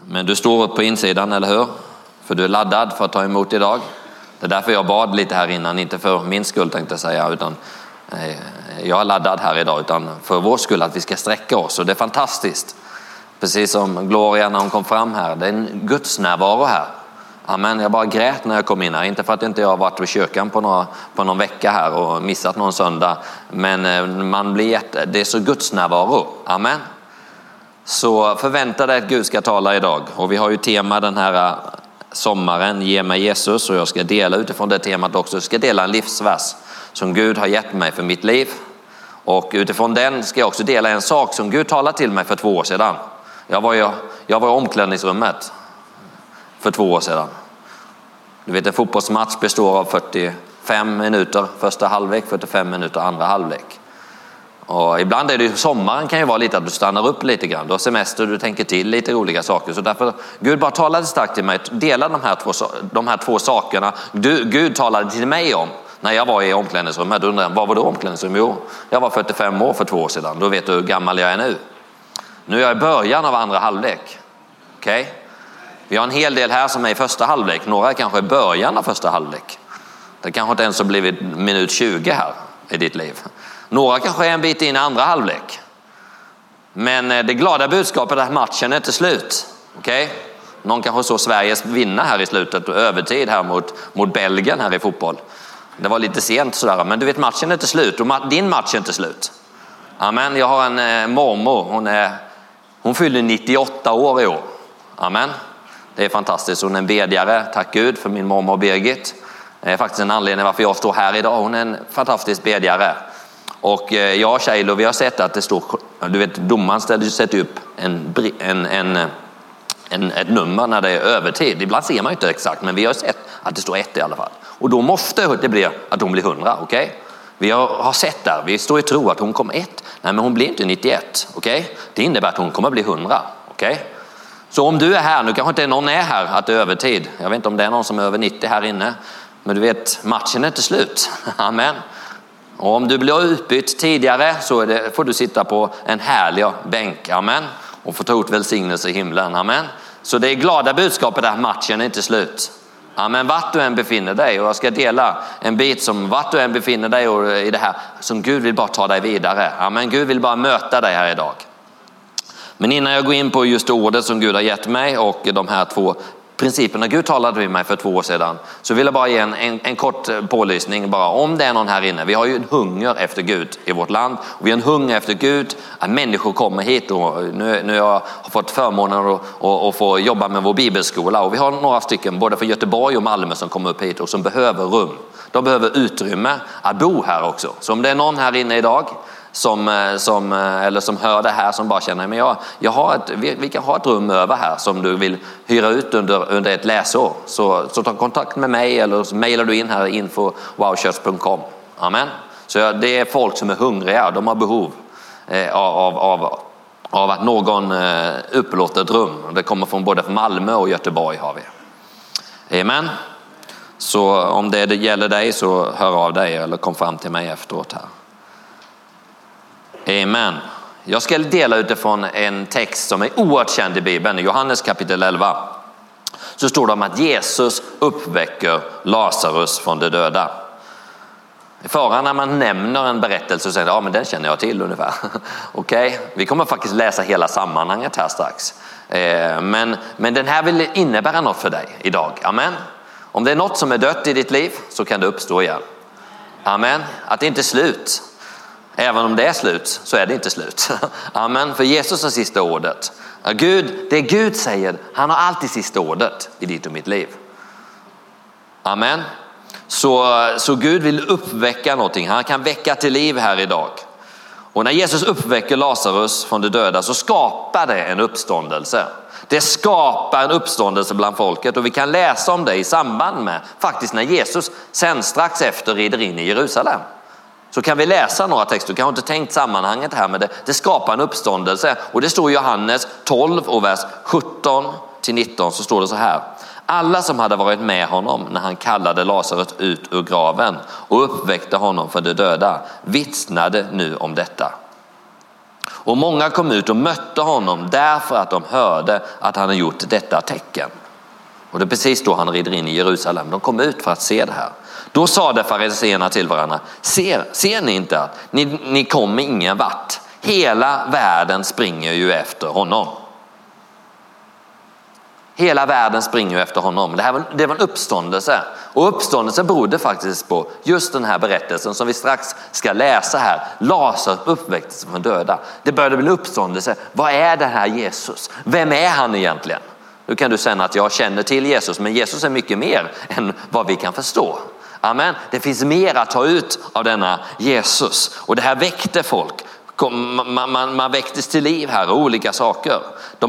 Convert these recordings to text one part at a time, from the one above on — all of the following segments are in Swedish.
Men du står upp på insidan, eller hur? För du är laddad för att ta emot idag. Det är därför jag bad lite här innan, inte för min skull tänkte jag säga, utan jag är laddad här idag, utan för vår skull att vi ska sträcka oss. Och det är fantastiskt. Precis som Gloria när hon kom fram här. Det är en Guds närvaro här. Amen. Jag bara grät när jag kom in här. Inte för att inte jag har varit i kyrkan på någon vecka här och missat någon söndag. Men det är så Guds närvaro. Amen. Så förvänta dig att Gud ska tala idag. Och vi har ju tema den här sommaren, ge mig Jesus. Och jag ska dela utifrån det temat också. Jag ska dela en livsvers som Gud har gett mig för mitt liv. Och utifrån den ska jag också dela en sak som Gud talade till mig för 2 år sedan. Jag var i omklädningsrummet för 2 år sedan. Du vet, en fotbollsmatch består av 45 minuter första halvlek, 45 minuter andra halvlek. Och ibland är det ju, sommaren kan ju vara lite att du stannar upp lite grann. Du har semester, du tänker till lite olika saker. Så därför, Gud bara talade starkt till mig. Dela de här två sakerna Gud talade till mig om när jag var i omklädningsrummet. Undrar vad var då omklädningsrum? Jo, jag var 45 år för 2 år sedan. Då vet du hur gammal jag är nu. Nu är jag i början av andra halvlek. Okej? Vi har en hel del här som är i första halvlek. Några kanske i början av första halvlek. Det kanske inte ens har blivit minut 20 här i ditt liv. Några kanske är en bit in i andra halvlek. Men det glada budskapet är att matchen är inte slut. Okej? Någon kanske så Sveriges vinna här i slutet och övertid här mot Belgien här i fotboll. Det var lite sent sådär. Men du vet, matchen är inte slut. Och din match är inte slut. Amen. Jag har en mormor. Hon fyller 98 år i år. Amen. Det är fantastiskt. Hon är en bedjare. Tack Gud för min mormor Birgit. Det är faktiskt en anledning varför jag står här idag. Hon är en fantastisk bedjare. Och jag och Kjell, vi har sett att det står, du vet, domaren sätter upp ett nummer när det är övertid. Ibland ser man inte exakt, men vi har sett att det står 1 i alla fall. Och då måste det bli att hon blir 100, okej? Vi har sett där, vi står i tro att hon kommer 1. Nej, men hon blir inte 91, okej? Det innebär att hon kommer bli 100, okej? Så om du är här, nu kanske inte någon är här att det är övertid. Jag vet inte om det är någon som är över 90 här inne. Men du vet, matchen är inte slut. Amen. Och om du blir utbytt tidigare så får du sitta på en härlig bänk. Amen. Och få ta ut välsignelse i himlen. Amen. Så det är glada budskapet att matchen är inte slut. Amen. Vart du än befinner dig. Och jag ska dela en bit som vart du än befinner dig och i det här. Som Gud vill bara ta dig vidare. Amen. Gud vill bara möta dig här idag. Men innan jag går in på just ordet som Gud har gett mig och de här 2 principerna Gud talade med mig för 2 år sedan, så vill jag bara ge en kort pålysning bara om det är någon här inne. Vi har ju en hunger efter Gud i vårt land. Och vi har en hunger efter Gud att människor kommer hit. Och nu har jag fått förmånen att få jobba med vår bibelskola. Och vi har några stycken både från Göteborg och Malmö som kommer upp hit och som behöver rum. De behöver utrymme att bo här också. Så om det är någon här inne idag som hör det här som bara känner men vi kan ha ett rum över här som du vill hyra ut under ett läsår, så ta kontakt med mig eller så mejlar du in här info@wowchurch.com. Amen. Så det är folk som är hungriga, de har behov av att någon upplåter ett rum. Det kommer från både Malmö och Göteborg har vi. Amen. Så om det gäller dig så hör av dig eller kom fram till mig efteråt här. Amen. Jag ska dela utifrån en text som är oerhört känd i Bibeln. I Johannes kapitel 11 så står det om att Jesus uppväcker Lazarus från de döda. Faran när man nämner en berättelse och säger ja men den känner jag till ungefär. Okej, vi kommer faktiskt läsa hela sammanhanget här strax. Men den här vill innebära något för dig idag. Amen. Om det är något som är dött i ditt liv så kan det uppstå igen. Amen. Att det inte är slut. Även om det är slut så är det inte slut. Amen. För Jesus har sista ordet. Det Gud säger, han har alltid sista ordet i ditt och mitt liv. Amen. Så Gud vill uppväcka någonting. Han kan väcka till liv här idag. Och när Jesus uppväcker Lazarus från de döda så skapar det en uppståndelse. Det skapar en uppståndelse bland folket. Och vi kan läsa om det i samband med faktiskt när Jesus sen strax efter rider in i Jerusalem. Så kan vi läsa några texter. Du har inte tänkt sammanhanget här, men det skapar en uppståndelse. Och det står i Johannes 12 och vers 17-19 så står det så här. Alla som hade varit med honom när han kallade Lazarus ut ur graven och uppväckte honom för de döda vittnade nu om detta. Och många kom ut och mötte honom därför att de hörde att han hade gjort detta tecken. Och det är precis då han rider in i Jerusalem. De kom ut för att se det här. Då sade fariséerna till varandra: ser ni inte att ni kommer ingen vart? Hela världen springer ju efter honom. Hela världen springer ju efter honom. Det var en uppståndelse. Och uppståndelse berodde faktiskt på just den här berättelsen som vi strax ska läsa här. Lazarus uppväcktes från döda. Det började bli en uppståndelse. Vad är det här Jesus? Vem är han egentligen? Nu kan du säga att jag känner till Jesus, men Jesus är mycket mer än vad vi kan förstå. Amen. Det finns mer att ta ut av denna Jesus. Och det här väckte folk. Man väcktes till liv här och olika saker.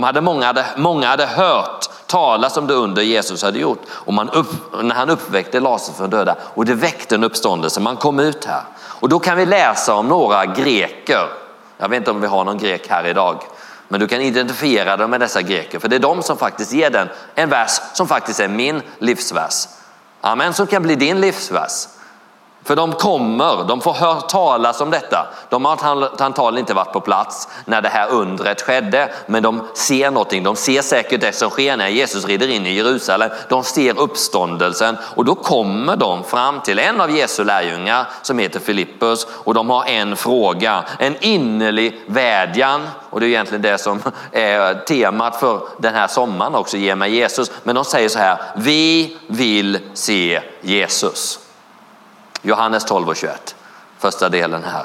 Många hade hört talas om det under Jesus hade gjort. Och när han uppväckte Lazarus från döda. Och det väckte en uppståndelse. Man kom ut här. Och då kan vi läsa om några greker. Jag vet inte om vi har någon grek här idag. Men du kan identifiera dem med dessa greker. För det är de som faktiskt ger den en vers som faktiskt är min livsvers. Amen, som kan bli din livsvers. För de får höra talas om detta. De har antagligen inte varit på plats när det här undret skedde. Men de ser någonting. De ser säkert det som sker när Jesus rider in i Jerusalem. De ser uppståndelsen. Och då kommer de fram till en av Jesu lärjungar som heter Filippus. Och de har en fråga. En innerlig vädjan. Och det är egentligen det som är temat för den här sommaren också. Ge mig Jesus. Men de säger så här: vi vill se Jesus. Johannes 12:21. Första delen här.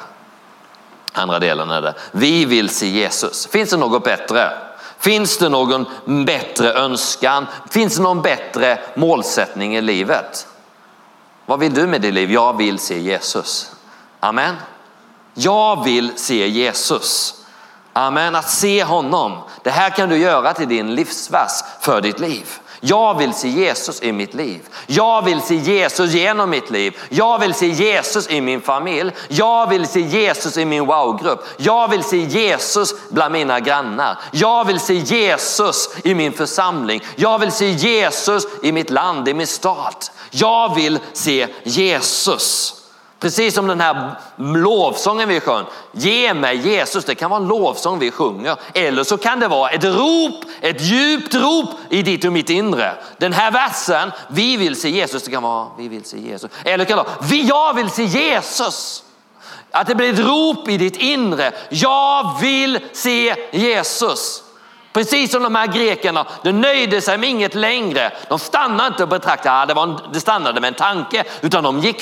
Andra delen är det: vi vill se Jesus. Finns det något bättre? Finns det någon bättre önskan? Finns det någon bättre målsättning i livet? Vad vill du med ditt liv? Jag vill se Jesus. Amen. Jag vill se Jesus. Amen. Att se honom. Det här kan du göra till din livsvers för ditt liv. Jag vill se Jesus i mitt liv. Jag vill se Jesus genom mitt liv. Jag vill se Jesus i min familj. Jag vill se Jesus i min wow-grupp. Jag vill se Jesus bland mina grannar. Jag vill se Jesus i min församling. Jag vill se Jesus i mitt land, i min stad. Jag vill se Jesus. Precis som den här lovsången vi sjöng. Ge mig Jesus. Det kan vara en lovsång vi sjunger. Eller så kan det vara ett rop, ett djupt rop i ditt och mitt inre. Den här versen, vi vill se Jesus. Det kan vara, vi vill se Jesus. Eller det kan vara, jag vill se Jesus. Att det blir ett rop i ditt inre. Jag vill se Jesus. Precis som de här grekerna, de nöjde sig med inget längre. De stannade inte och betraktade, det stannade med en tanke. Utan de gick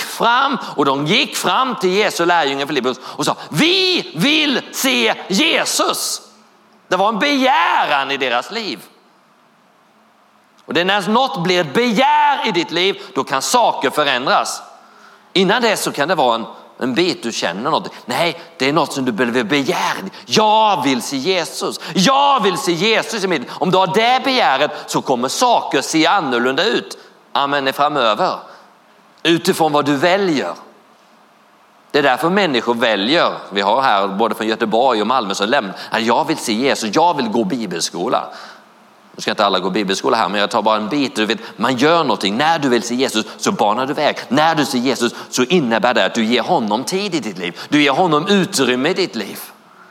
fram till Jesu lärjunge Filippus och sa: vi vill se Jesus. Det var en begäran i deras liv. Och det är när något blir ett begär i ditt liv, då kan saker förändras. Innan det så kan det vara en bit du känner något. Nej, det är något som du behöver begära. Jag vill se Jesus. Jag vill se Jesus i mitt liv. Om du har det begäret så kommer saker se annorlunda ut. Amen, framöver. Utifrån vad du väljer. Det är därför människor väljer. Vi har här både från Göteborg och Malmö som lämnar. Jag vill se Jesus. Jag vill gå bibelskola. Nu ska inte alla gå bibelskola här, men jag tar bara en bit. Du vet, man gör någonting. När du vill se Jesus så banar du väg. När du ser Jesus så innebär det att du ger honom tid i ditt liv. Du ger honom utrymme i ditt liv.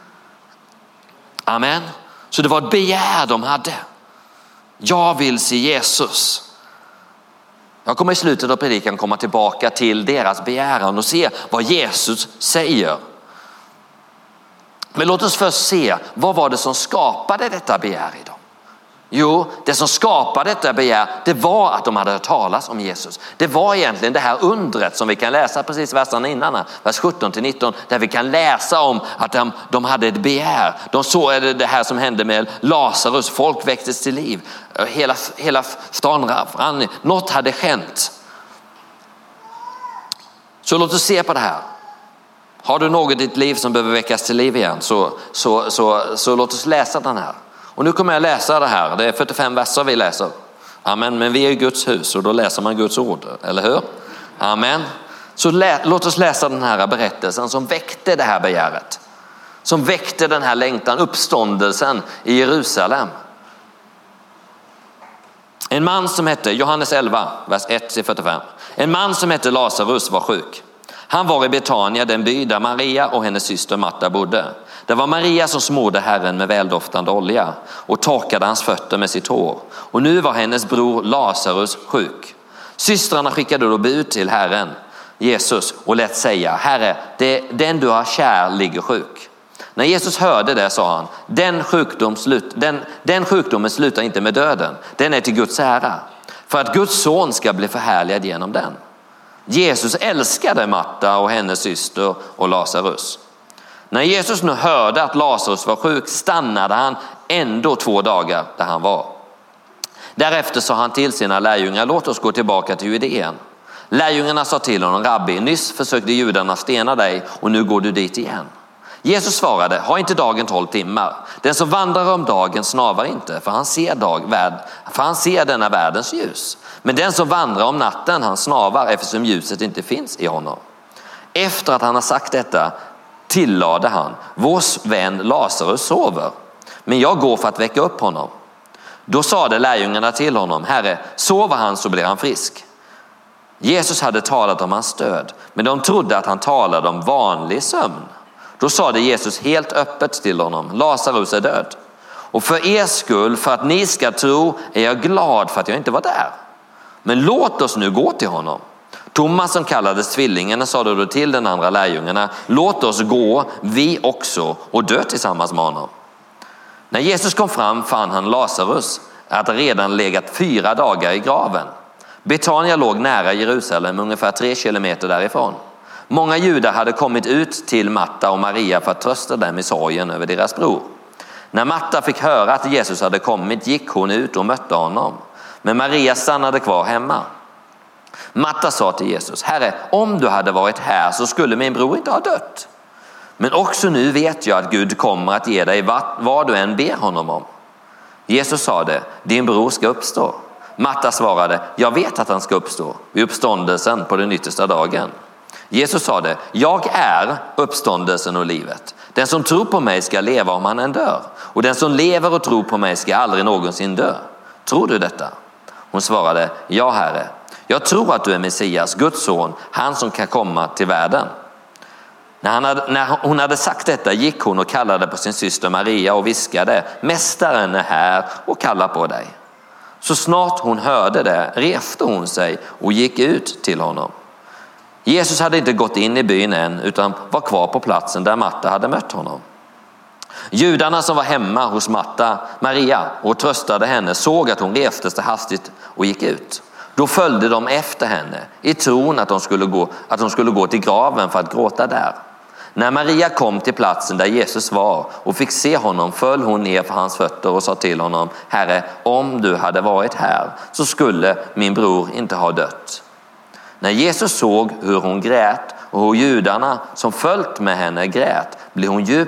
Amen. Så det var ett begär de hade. Jag vill se Jesus. Jag kommer i slutet av predikan komma tillbaka till deras begäran och se vad Jesus säger. Men låt oss först se, vad var det som skapade detta begär i dem? Jo, det som skapade detta begär, det var att de hade hört talas om Jesus. Det var egentligen det här undret som vi kan läsa precis verserna innan, vers 17-19, där vi kan läsa om att de hade ett begär. De såg det här som hände med Lazarus, folk väcktes till liv. Hela stan rann, något hade hänt. Så låt oss se på det här. Har du något i ditt liv som behöver väckas till liv igen, så låt oss läsa den här. Och nu kommer jag läsa det här. Det är 45 verser vi läser. Amen. Men vi är i Guds hus och då läser man Guds ord. Eller hur? Amen. Så låt oss läsa den här berättelsen som väckte det här begäret. Som väckte den här längtan, uppståndelsen i Jerusalem. En man som hette, Johannes 11, vers 1-45. En man som hette Lazarus var sjuk. Han var i Betania, den by där Maria och hennes syster Marta bodde. Det var Maria som smorde Herren med väldoftande olja och torkade hans fötter med sitt hår. Och nu var hennes bror Lazarus sjuk. Systrarna skickade då bud till Herren Jesus och lät säga: Herre, den du har kär ligger sjuk. När Jesus hörde det sa han: den sjukdomen slutar inte med döden. Den är till Guds ära, för att Guds son ska bli förhärligad genom den. Jesus älskade Marta och hennes syster och Lazarus. När Jesus nu hörde att Lazarus var sjuk stannade han ändå 2 dagar där han var. Därefter sa han till sina lärjungar: låt oss gå tillbaka till Judeen. Lärjungarna sa till honom: Rabbi, nyss försökte judarna stena dig och nu går du dit igen. Jesus svarade: har inte dagen 12 timmar? Den som vandrar om dagen snavar inte, för han ser denna världens ljus. Men den som vandrar om natten, han snavar, eftersom ljuset inte finns i honom. Efter att han har sagt detta tillade han: vår vän Lazarus sover, men jag går för att väcka upp honom. Då sade lärjungarna till honom: Herre, sover han så blir han frisk. Jesus hade talat om hans död, men de trodde att han talade om vanlig sömn. Då sade Jesus helt öppet till honom: Lazarus är död. Och för er skull, för att ni ska tro, är jag glad för att jag inte var där. Men låt oss nu gå till honom. Thomas, som kallades Tvillingen, sa då till den andra lärjungarna: låt oss gå vi också och dö tillsammans med honom. När Jesus kom fram fann han Lazarus att redan legat 4 dagar i graven. Betania låg nära Jerusalem, ungefär 3 kilometer därifrån. Många judar hade kommit ut till Marta och Maria för att trösta dem i sorgen över deras bror. När Marta fick höra att Jesus hade kommit gick hon ut och mötte honom. Men Maria stannade kvar hemma. Marta sa till Jesus: Herre, om du hade varit här så skulle min bror inte ha dött. Men också nu vet jag att Gud kommer att ge dig vad du än ber honom om. Jesus sade: din bror ska uppstå. Marta svarade: jag vet att han ska uppstå vid uppståndelsen på den yttersta dagen. Jesus sade: jag är uppståndelsen och livet. Den som tror på mig ska leva om han än dör. Och den som lever och tror på mig ska aldrig någonsin dö. Tror du detta? Hon svarade: ja, Herre. Jag tror att du är Messias, Guds son, han som kan komma till världen. När hon hade sagt detta gick hon och kallade på sin syster Maria och viskade: mästaren är här och kallar på dig. Så snart hon hörde det reste hon sig och gick ut till honom. Jesus hade inte gått in i byn än utan var kvar på platsen där Marta hade mött honom. Judarna som var hemma hos Maria och tröstade henne såg att hon reste sig hastigt och gick ut. Då följde de efter henne i tron att de skulle gå till graven för att gråta där. När Maria kom till platsen där Jesus var och fick se honom föll hon ner för hans fötter och sa till honom: Herre, om du hade varit här så skulle min bror inte ha dött. När Jesus såg hur hon grät och hur judarna som följt med henne grät blev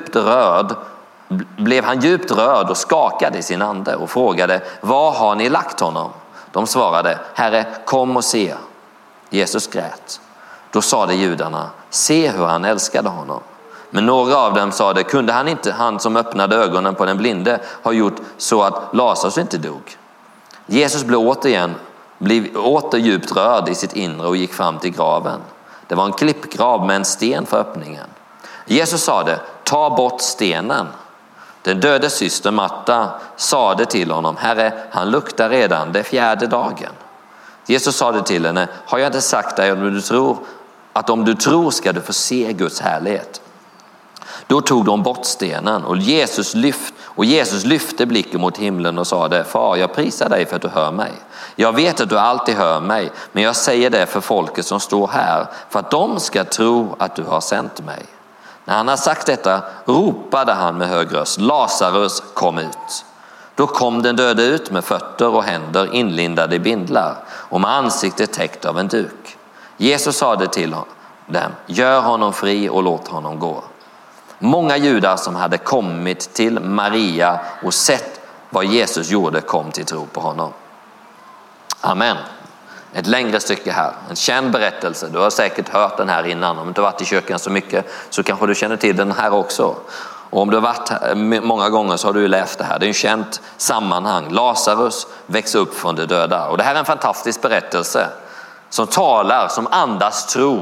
han djupt rörd och skakade i sin ande och frågade: var har ni lagt honom? De svarade: Herre, kom och se. Jesus grät. Då sade judarna: se hur han älskade honom. Men några av dem sade: kunde han som öppnade ögonen på den blinde ha gjort så att Lazarus inte dog? Jesus blev åter djupt rörd i sitt inre och gick fram till graven. Det var en klippgrav med en sten för öppningen. Jesus sade: ta bort stenen. Den döde syster Marta sade till honom: Herre, han luktar redan, det är 4:e dagen. Jesus sade till henne: har jag inte sagt dig att om du tror ska du få se Guds härlighet? Då tog de bort stenen och Jesus lyfte blicken mot himlen och sade: Far, jag prisar dig för att du hör mig. Jag vet att du alltid hör mig, men jag säger det för folket som står här, för att de ska tro att du har sänt mig. När han har sagt detta ropade han med hög röst: Lazarus, kom ut. Då kom den döde ut med fötter och händer inlindade i bindlar och med ansiktet täckt av en duk. Jesus sade till dem: gör honom fri och låt honom gå. Många judar som hade kommit till Maria och sett vad Jesus gjorde kom till tro på honom. Amen. Ett längre stycke här, en känd berättelse. Du har säkert hört den här innan. Om du inte varit i kyrkan så mycket så kanske du känner till den här också. Och om du har varit här många gånger så har du läst det här. Det är en känt sammanhang. Lazarus växer upp från de döda. Och det här är en fantastisk berättelse som andas tro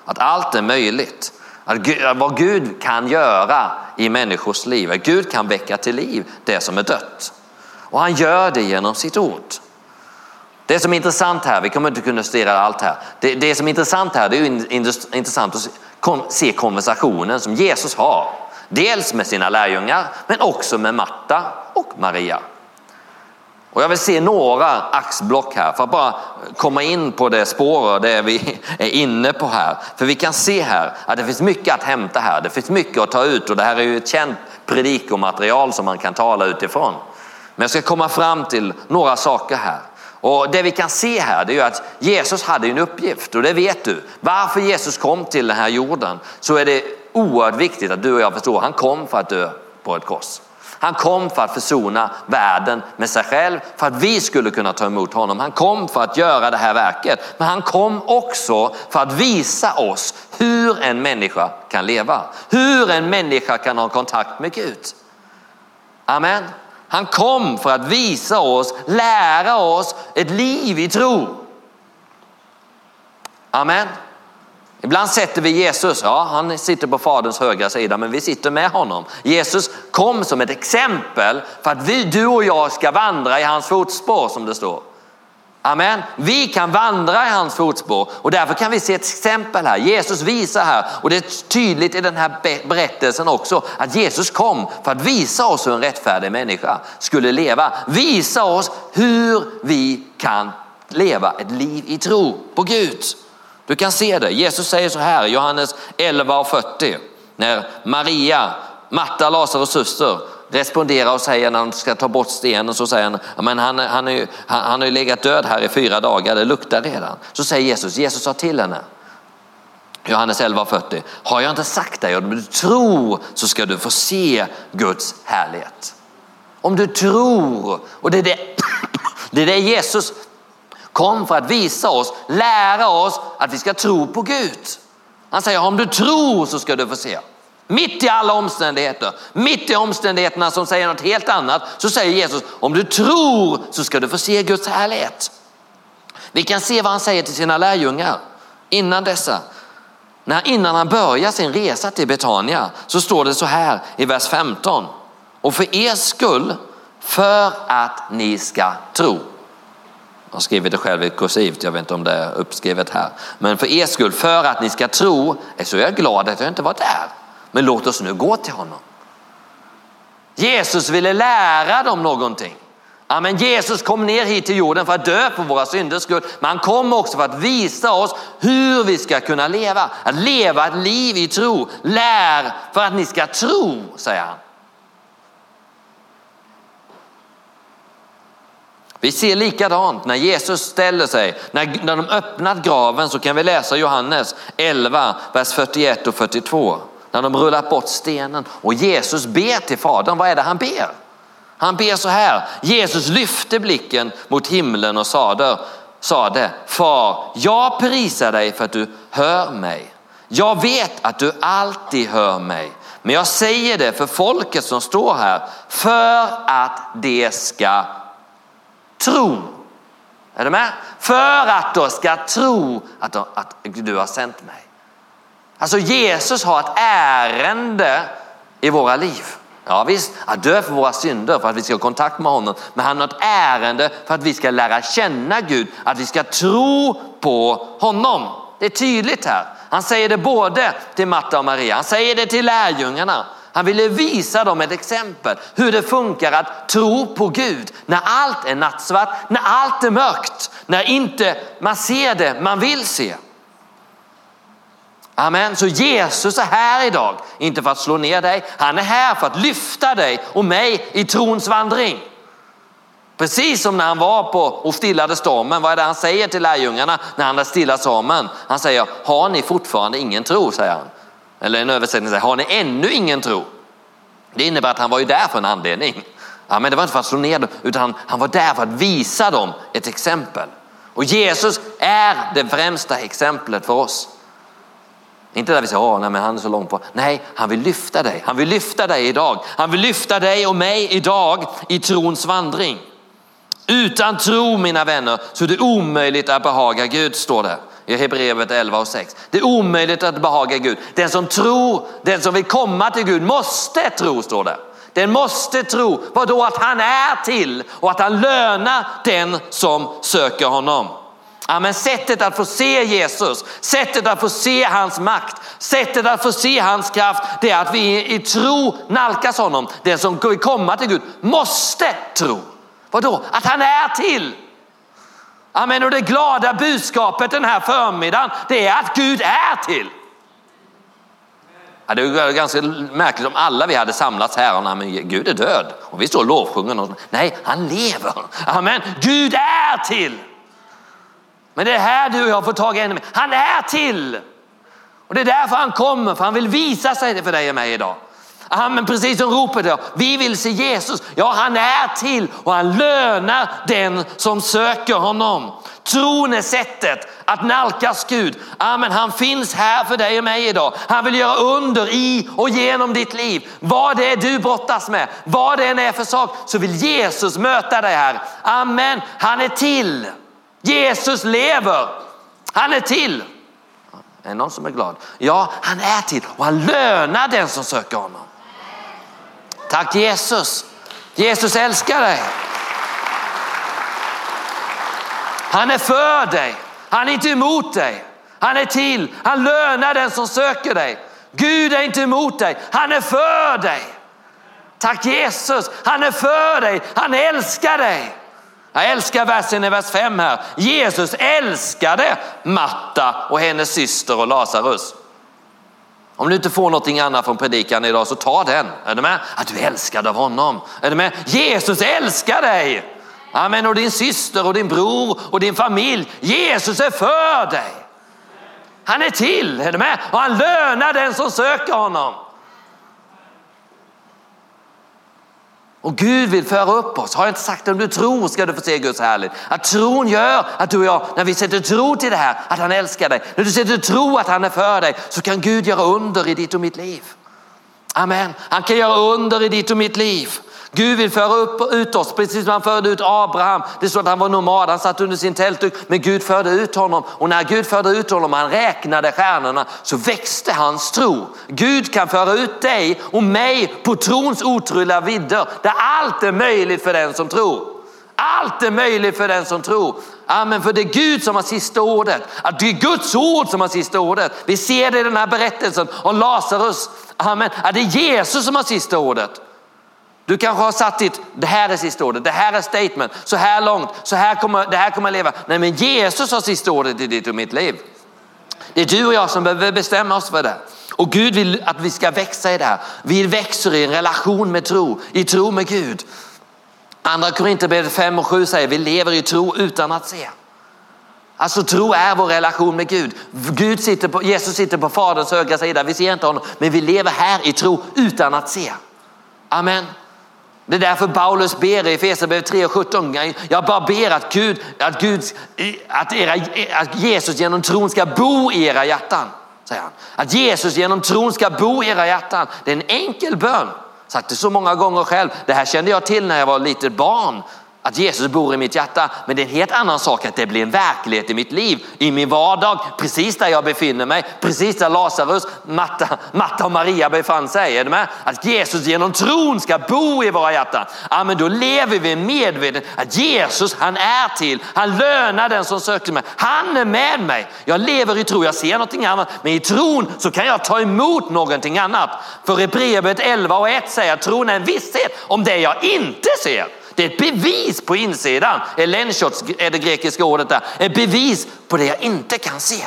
Att allt är möjligt. Att vad Gud kan göra i människors liv. Att Gud kan väcka till liv det som är dött. Och han gör det genom sitt ord. Det som är intressant här, vi kommer inte kunna studera allt här. Det som är intressant här, det är ju intressant att se konversationen som Jesus har. Dels med sina lärjungar, men också med Marta och Maria. Och jag vill se några axblock här för att bara komma in på det spåret det vi är inne på här. För vi kan se här att det finns mycket att hämta här. Det finns mycket att ta ut och det här är ju ett känt predikomaterial som man kan tala utifrån. Men jag ska komma fram till några saker här. Och det vi kan se här det är ju att Jesus hade en uppgift och det vet du. Varför Jesus kom till den här jorden så är det oerhört viktigt att du och jag förstår. Han kom för att dö på ett kors. Han kom för att försona världen med sig själv för att vi skulle kunna ta emot honom. Han kom för att göra det här verket. Men han kom också för att visa oss hur en människa kan leva. Hur en människa kan ha kontakt med Gud. Amen. Han kom för att visa oss, lära oss ett liv i tro. Amen. Ibland sätter vi Jesus, ja han sitter på faderns högra sida men vi sitter med honom. Jesus kom som ett exempel för att du och jag ska vandra i hans fotspår som det står. Amen. Vi kan vandra i hans fotspår och därför kan vi se ett exempel här. Jesus visar här och det är tydligt i den här berättelsen också att Jesus kom för att visa oss hur en rättfärdig människa skulle leva. Visa oss hur vi kan leva ett liv i tro på Gud. Du kan se det. Jesus säger så här i Johannes 11:40 när Maria, Marta, Lazarus syster responderar och säger när de ska ta bort stenen så säger han men han har ju legat död här i 4 dagar, det luktar redan. Så säger Jesus sa till henne Johannes 11:40 har jag inte sagt dig om du tror så ska du få se Guds härlighet. Om du tror och det är det Jesus kom för att visa oss, lära oss att vi ska tro på Gud. Han säger om du tror så ska du få se. Mitt i alla omständigheter, mitt i omständigheterna som säger något helt annat så säger Jesus om du tror så ska du få se Guds härlighet. Vi kan se vad han säger till sina lärjungar innan han börjar sin resa till Betania så står det så här i vers 15. Och för er skull för att ni ska tro. Jag har skrivit det själv i kursivt, jag vet inte om det är uppskrivet här. Men för er skull, för att ni ska tro, så är jag glad att jag inte var där. Men låt oss nu gå till honom. Jesus ville lära dem någonting. Amen. Jesus kom ner hit till jorden för att dö för våra synders skull. Men han kom också för att visa oss hur vi ska kunna leva. Att leva ett liv i tro. Lär för att ni ska tro, säger han. Vi ser likadant när Jesus ställer sig, när de öppnat graven så kan vi läsa Johannes 11, vers 41 och 42. När de rullat bort stenen och Jesus ber till Fadern, vad är det han ber? Han ber så här, Jesus lyfte blicken mot himlen och sade, Far, jag prisar dig för att du hör mig. Jag vet att du alltid hör mig. Men jag säger det för folket som står här, för att det ska tro. Är du med? För att du ska tro att du har sänt mig. Alltså Jesus har ett ärende i våra liv. Ja visst, att dö för våra synder för att vi ska ha kontakt med honom. Men han har ett ärende för att vi ska lära känna Gud. Att vi ska tro på honom. Det är tydligt här. Han säger det både till Marta och Maria. Han säger det till lärjungarna. Han ville visa dem ett exempel hur det funkar att tro på Gud när allt är nattsvart, när allt är mörkt, när inte man ser det man vill se. Amen. Så Jesus är här idag, inte för att slå ner dig. Han är här för att lyfta dig och mig i trons vandring. Precis som när han var på och stillade stormen. Vad är det han säger till lärjungarna när han har stillat stormen? Han säger, har ni fortfarande ingen tro, säger han. Eller en översättning säger, har ni ännu ingen tro? Det innebär att han var ju där för en anledning. Ja, men det var inte för att slå ner dem, utan han var där för att visa dem ett exempel. Och Jesus är det främsta exemplet för oss. Inte där vi säger, nej men han är så långt på. Nej, han vill lyfta dig. Han vill lyfta dig idag. Han vill lyfta dig och mig idag i trons vandring. Utan tro, mina vänner, så är det omöjligt att behaga Gud, står det I Hebreerbrevet 11:6. Det är omöjligt att behaga Gud. Den som tror, den som vill komma till Gud måste tro, står det. Den måste tro. Vadå? Att han är till och att han lönar den som söker honom. Ja, men sättet att få se Jesus, sättet att få se hans makt, sättet att få se hans kraft, det är att vi i tro nalkas honom. Den som vill komma till Gud måste tro. Vadå? Att han är till. Amen. Och det glada budskapet den här förmiddagen, det är att Gud är till. Ja, det är ganska märkligt om alla vi hade samlats här och men Gud är död och vi står och lovsjunger och nej, han lever. Amen. Gud är till. Men det är här du och jag får tag i ännu mer. Han är till. Och det är därför han kommer, för han vill visa sig för dig och mig idag. Men precis som ropet idag, vi vill se Jesus. Ja, han är till och han lönar den som söker honom. Tron är sättet att nalkas Gud. Amen, han finns här för dig och mig idag. Han vill göra under i och genom ditt liv. Vad det är du brottas med, vad det än är för sak, så vill Jesus möta dig här. Amen, han är till. Jesus lever. Han är till. Är det någon som är glad? Ja, han är till och han lönar den som söker honom. Tack Jesus. Jesus älskar dig. Han är för dig. Han är inte emot dig. Han är till. Han lönar den som söker dig. Gud är inte emot dig. Han är för dig. Tack Jesus. Han är för dig. Han älskar dig. Jag älskar versen i vers 5 här. Jesus älskade Marta och hennes syster och Lazarus. Om du inte får någonting annat från predikan idag så ta den. Är du med? Att du är älskad av honom. Är du med? Jesus älskar dig. Amen. Och din syster och din bror och din familj. Jesus är för dig. Han är till. Är du med? Och han lönar den som söker honom. Och Gud vill föra upp oss. Har jag inte sagt om du tror ska du få se Guds härlighet. Att tron gör att du och jag, när vi sätter tro till det här, att han älskar dig. När du sätter tro att han är för dig, så kan Gud göra under i ditt och mitt liv. Amen. Han kan göra under i ditt och mitt liv. Gud vill föra ut oss, precis som han förde ut Abraham. Det står att han var nomad, han satt under sin tältduk, men Gud förde ut honom. Och när Gud förde ut honom, han räknade stjärnorna, så växte hans tro. Gud kan föra ut dig och mig på trons otroliga vidder, där allt är möjligt för den som tror. Allt är möjligt för den som tror. Amen, för det är Gud som har sista ordet. Att det är Guds ord som har sista ordet. Vi ser det i den här berättelsen om Lazarus. Amen, att det är Jesus som har sista ordet. Du kanske har satt ditt, det här är sista ordet, det här är statement, så här långt, det här kommer att leva. Nej, men Jesus har sista ordet i ditt och mitt liv. Det är du och jag som behöver bestämma oss för det. Och Gud vill att vi ska växa i det här. Vi växer i en relation med tro, i tro med Gud. Andra Korinthierbrevet 5:7 säger vi lever i tro utan att se. Alltså tro är vår relation med Gud. Jesus sitter på Faderns högra sida, vi ser inte honom, men vi lever här i tro utan att se. Amen. Det är därför Paulus ber i Efesierbrevet 3:17. Jag bara ber att Jesus genom tron ska bo i era hjärtan, säger han. Att Jesus genom tron ska bo i era hjärtan. Det är en enkel bön. Sagt det så många gånger själv. Det här kände jag till när jag var litet barn. Att Jesus bor i mitt hjärta. Men det är en helt annan sak att det blir en verklighet i mitt liv. I min vardag. Precis där jag befinner mig. Precis där Lazarus, Marta och Maria befann sig. Är du med? Att Jesus genom tron ska bo i våra hjärtan. Ja, men då lever vi medveten att Jesus, han är till. Han lönar den som söker mig. Han är med mig. Jag lever i tro. Jag ser någonting annat. Men i tron så kan jag ta emot någonting annat. För Hebreerbrevet 11:1 säger att tron är en visshet om det jag inte ser. Det är ett bevis på insidan. Elenchos är det grekiska ordet där. Ett bevis på det jag inte kan se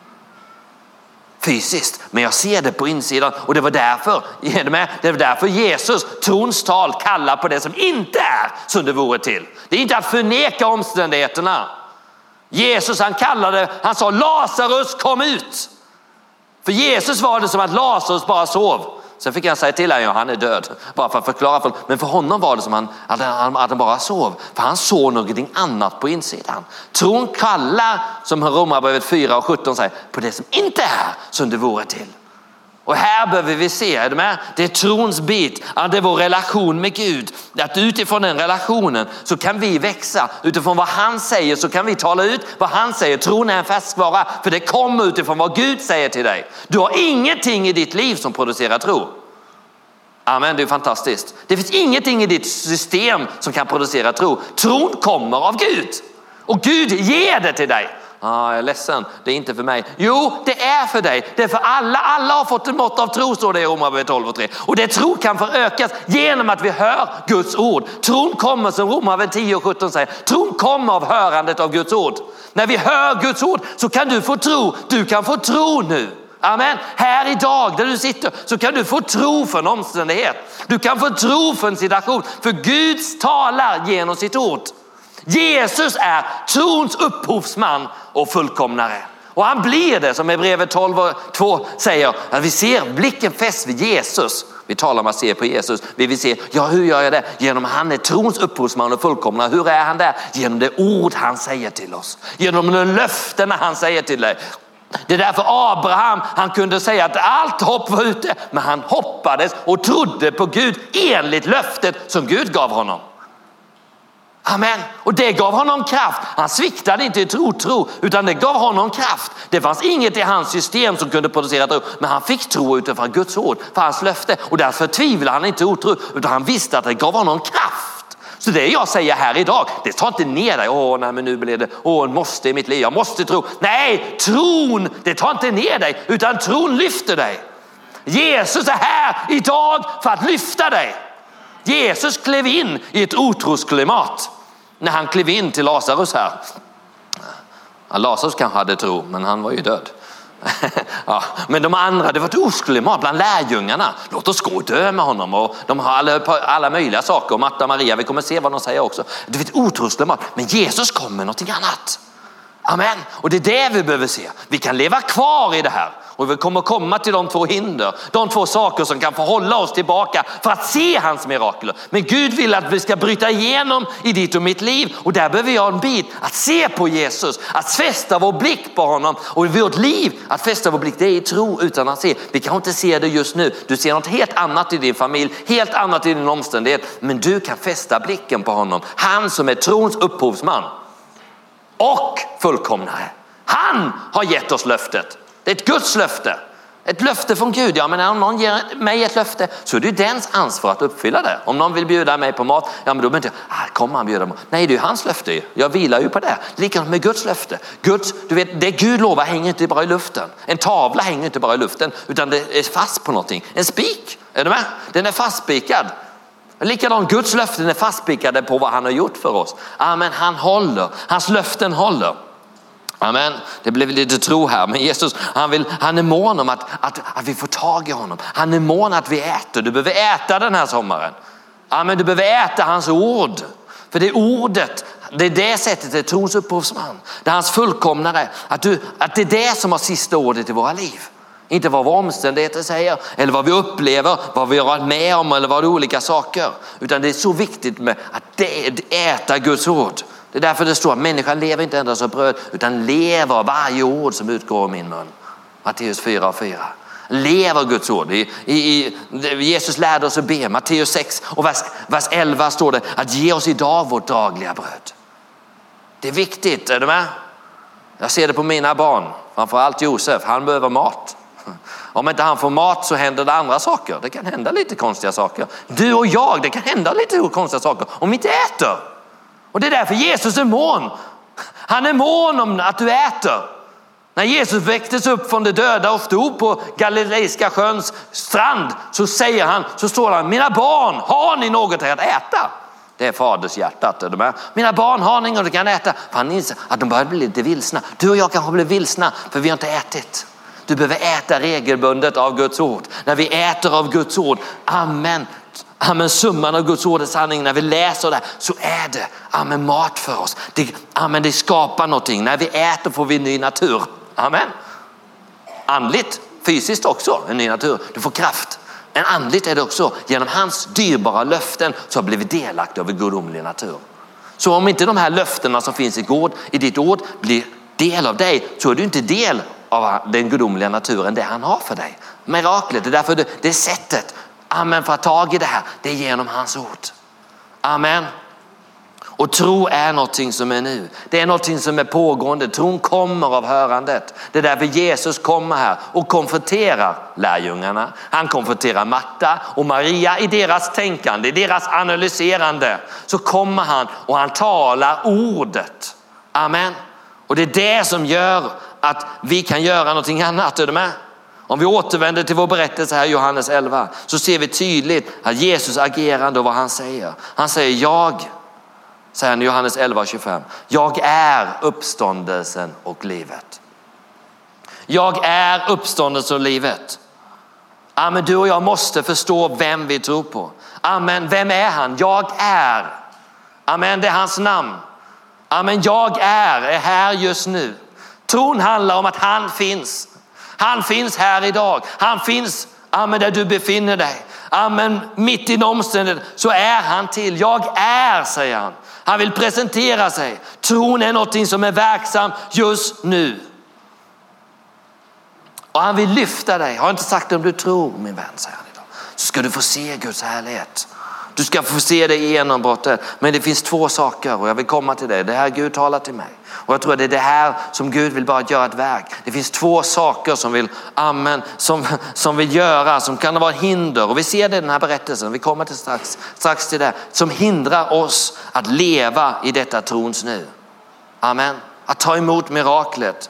fysiskt, men jag ser det på insidan. Och det var därför Jesus, trons tal, kallar på det som inte är som det vore till. Det är inte att förneka omständigheterna. Jesus han sa Lazarus kom ut. För Jesus var det som att Lazarus bara sov. Sen fick jag säga till honom, han är död. Bara för att förklara för honom. Men för honom var det som att han bara sov. För han såg någonting annat på insidan. Tron kallar, som Romarbrevet 4:17 säger, på det som inte är som det vore till. Och här behöver vi se, är du med? Det är trons bit, att det är vår relation med Gud. Att utifrån den relationen så kan vi växa. Utifrån vad han säger så kan vi tala ut vad han säger. Tron är en färskvara, för det kommer utifrån vad Gud säger till dig. Du har ingenting i ditt liv som producerar tro. Amen, det är fantastiskt. Det finns ingenting i ditt system som kan producera tro. Tron kommer av Gud. Och Gud ger det till dig. Jag är ledsen, det är inte för mig. Jo, det är för dig. Det är för alla. Alla har fått en mått av tro, står det i Romarbrevet 12:3. Och det tro kan förökas genom att vi hör Guds ord. Tron kommer, som Romarbrevet 10:17 säger. Tron kommer av hörandet av Guds ord. När vi hör Guds ord så kan du få tro. Du kan få tro nu. Amen. Här idag där du sitter så kan du få tro för en omständighet. Du kan få tro för en situation. För Gud talar genom sitt ord. Jesus är trons upphovsman och fullkomnare. Och han blir det, som i brevet 12:2 säger, att vi ser blicken fäst vid Jesus. Vi talar om att se på Jesus. Vi vill se, hur gör jag det? Genom han är trons upphovsman och fullkomnare. Hur är han där? Genom det ord han säger till oss. Genom de löften han säger till dig. Det är därför Abraham, han kunde säga att allt hopp var ute. Men han hoppades och trodde på Gud enligt löftet som Gud gav honom. Amen. Och det gav honom kraft. Han sviktade inte i tro, utan det gav honom kraft. Det fanns inget i hans system som kunde producera tro. Men han fick tro utifrån Guds ord, för hans löfte. Och därför tvivlade han inte otro, utan han visste att det gav honom kraft. Så det jag säger här idag, det tar inte ner dig. Nej, men nu blir det, måste i mitt liv, jag måste tro. Nej, tron, det tar inte ner dig, utan tron lyfter dig. Jesus är här idag för att lyfta dig. Jesus klev in i ett otrosklimat. När han klev in till Lazarus här. Lazarus kanske hade tro, men han var ju död. Men de andra, det var ett osklimat bland lärjungarna. Låt oss gå och dö med honom. Och de har alla möjliga saker. Och Marta och Maria, vi kommer se vad de säger också. Det var ett otrosklimat. Men Jesus kom med någonting annat. Amen. Och det är det vi behöver se. Vi kan leva kvar i det här. Och vi kommer komma till de två hinder. De två saker som kan få hålla oss tillbaka för att se hans mirakler. Men Gud vill att vi ska bryta igenom i ditt och mitt liv. Och där behöver vi ha en bit att se på Jesus. Att fästa vår blick på honom. Och i vårt liv att fästa vår blick, det är i tro utan att se. Vi kan inte se det just nu. Du ser något helt annat i din familj. Helt annat i din omständighet. Men du kan fästa blicken på honom. Han som är trons upphovsman. Och fullkomnare. Han har gett oss löftet. Det är ett Guds löfte. Ett löfte från Gud. Ja, men om någon ger mig ett löfte så är det ju dens ansvar att uppfylla det. Om någon vill bjuda mig på mat, ja men då behöver inte kommer han bjuda mig. Nej, det är ju hans löfte. Jag vilar ju på det. Likadant med Guds löfte. Du vet, det Gud lovar hänger inte bara i luften. En tavla hänger inte bara i luften, utan det är fast på någonting. En spik, är du med? Den är fastspikad. Likadant Guds löften är fastspikade på vad han har gjort för oss. Amen, han håller. Hans löften håller. Amen. Det blev lite tro här, men Jesus han är mån om att vi får tag i honom. Han är mån att vi äter. Du behöver äta den här sommaren. Amen, du behöver äta hans ord. För det ordet, det är det sättet, det är trons upphovsman. Det är hans fullkomnare. Att det är det som har sista ordet i våra liv. Inte vad våra omständigheter säger eller vad vi upplever, vad vi har varit med om eller vad det är olika saker. Utan det är så viktigt med att äta Guds ord. Det är därför det står att människan lever inte endast av bröd utan lever varje ord som utgår av min mun. Matteus 4:4. Lever Guds ord. Jesus lärde oss att be. Matteus 6 och vers 11 står det att ge oss idag vårt dagliga bröd. Det är viktigt, är du med? Jag ser det på mina barn. Framförallt Josef, han behöver mat. Om inte han får mat så händer det andra saker. Det kan hända lite konstiga saker. Du och jag, det kan hända lite konstiga saker om vi inte äter. Och det är därför Jesus är mån. Han är mån om att du äter. När Jesus väcktes upp från de döda och stod på Galileiska sjöns strand så står han, mina barn, har ni något att äta? Det är faders hjärtat. Är du med? Mina barn, har ni något att kan äta? För han inser att de börjar bli lite vilsna. Du och jag kanske blir vilsna för vi har inte ätit. Du behöver äta regelbundet av Guds ord. När vi äter av Guds ord, amen, summan av Guds ord är sanning. När vi läser det så är det mat för oss. Det skapar någonting. När vi äter får vi en ny natur. Amen. Andligt, fysiskt också en ny natur. Du får kraft. Men andligt är det också. Genom hans dyrbara löften så har blivit delaktig av en gudomlig natur. Så om inte de här löftena som finns i ditt ord blir del av dig så är du inte del av den gudomliga naturen, det han har för dig. miraklet. Det är därför det sättet, amen, för att ta tag i det här, det är genom hans ord. Amen. Och tro är någonting som är nu. Det är någonting som är pågående. Tron kommer av hörandet. Det är därför Jesus kommer här och konfronterar lärjungarna. Han konfronterar Marta och Maria i deras tänkande, i deras analyserande. Så kommer han och han talar ordet. Amen. Och det är det som gör att vi kan göra någonting annat. Är du med? Om vi återvänder till vår berättelse här i Johannes 11 så ser vi tydligt att Jesus agerande och vad han säger. Han säger säger han i Johannes 11:25. Jag är uppståndelsen och livet. Jag är uppståndelsen och livet. Amen, du och jag måste förstå vem vi tror på. Amen, vem är han? Jag är. Amen, det är hans namn. Amen, jag är här just nu. Tron handlar om att han finns. Han finns här idag. Han finns, amen, där du befinner dig. Amen, mitt i omständigheten så är han till. Jag är, säger han. Han vill presentera sig. Tron är någonting som är verksam just nu. Och han vill lyfta dig. Har inte sagt om du tror, min vän, säger han idag, så ska du få se Guds härlighet. Du ska få se det i genombrottet. Men det finns två saker och jag vill komma till det. Det här Gud talar till mig. Och jag tror att det är det här som Gud vill bara göra ett verk. Det finns två saker som vill, amen, som vill göra, som kan vara hinder. Och vi ser det i den här berättelsen. Vi kommer till strax till det. Som hindrar oss att leva i detta trons nu. Amen. Att ta emot miraklet.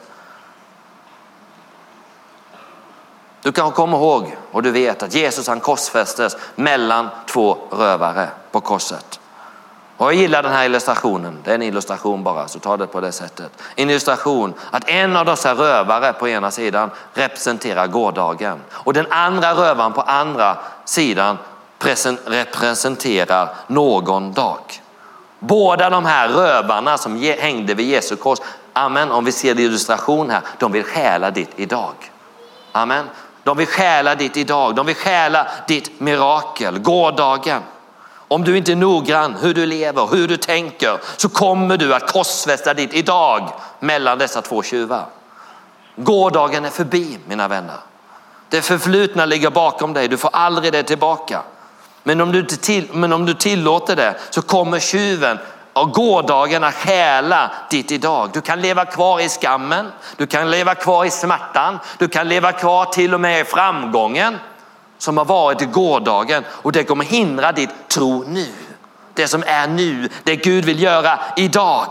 Du kan komma ihåg och du vet att Jesus han korsfästes mellan två rövare på korset. Och jag gillar den här illustrationen. Det är en illustration bara, så ta det på det sättet. En illustration att en av dessa rövare på ena sidan representerar gårdagen. Och den andra rövaren på andra sidan representerar någon dag. Båda de här rövarna som hängde vid Jesu kors, amen, om vi ser det illustration här, de vill stjäla ditt idag. Amen. De vill stjäla ditt idag. De vill stjäla ditt mirakel, gårdagen. Om du inte är noggrann hur du lever, hur du tänker, så kommer du att korsfästa ditt idag mellan dessa två tjuvar. Gårdagen är förbi, mina vänner. Det förflutna ligger bakom dig. Du får aldrig det tillbaka. Men om du tillåter det så kommer tjuven av gårdagen att stjäla ditt idag. Du kan leva kvar i skammen. Du kan leva kvar i smärtan. Du kan leva kvar till och med i framgången som har varit i gårdagen. Och det kommer hindra ditt tro nu. Det som är nu. Det Gud vill göra idag.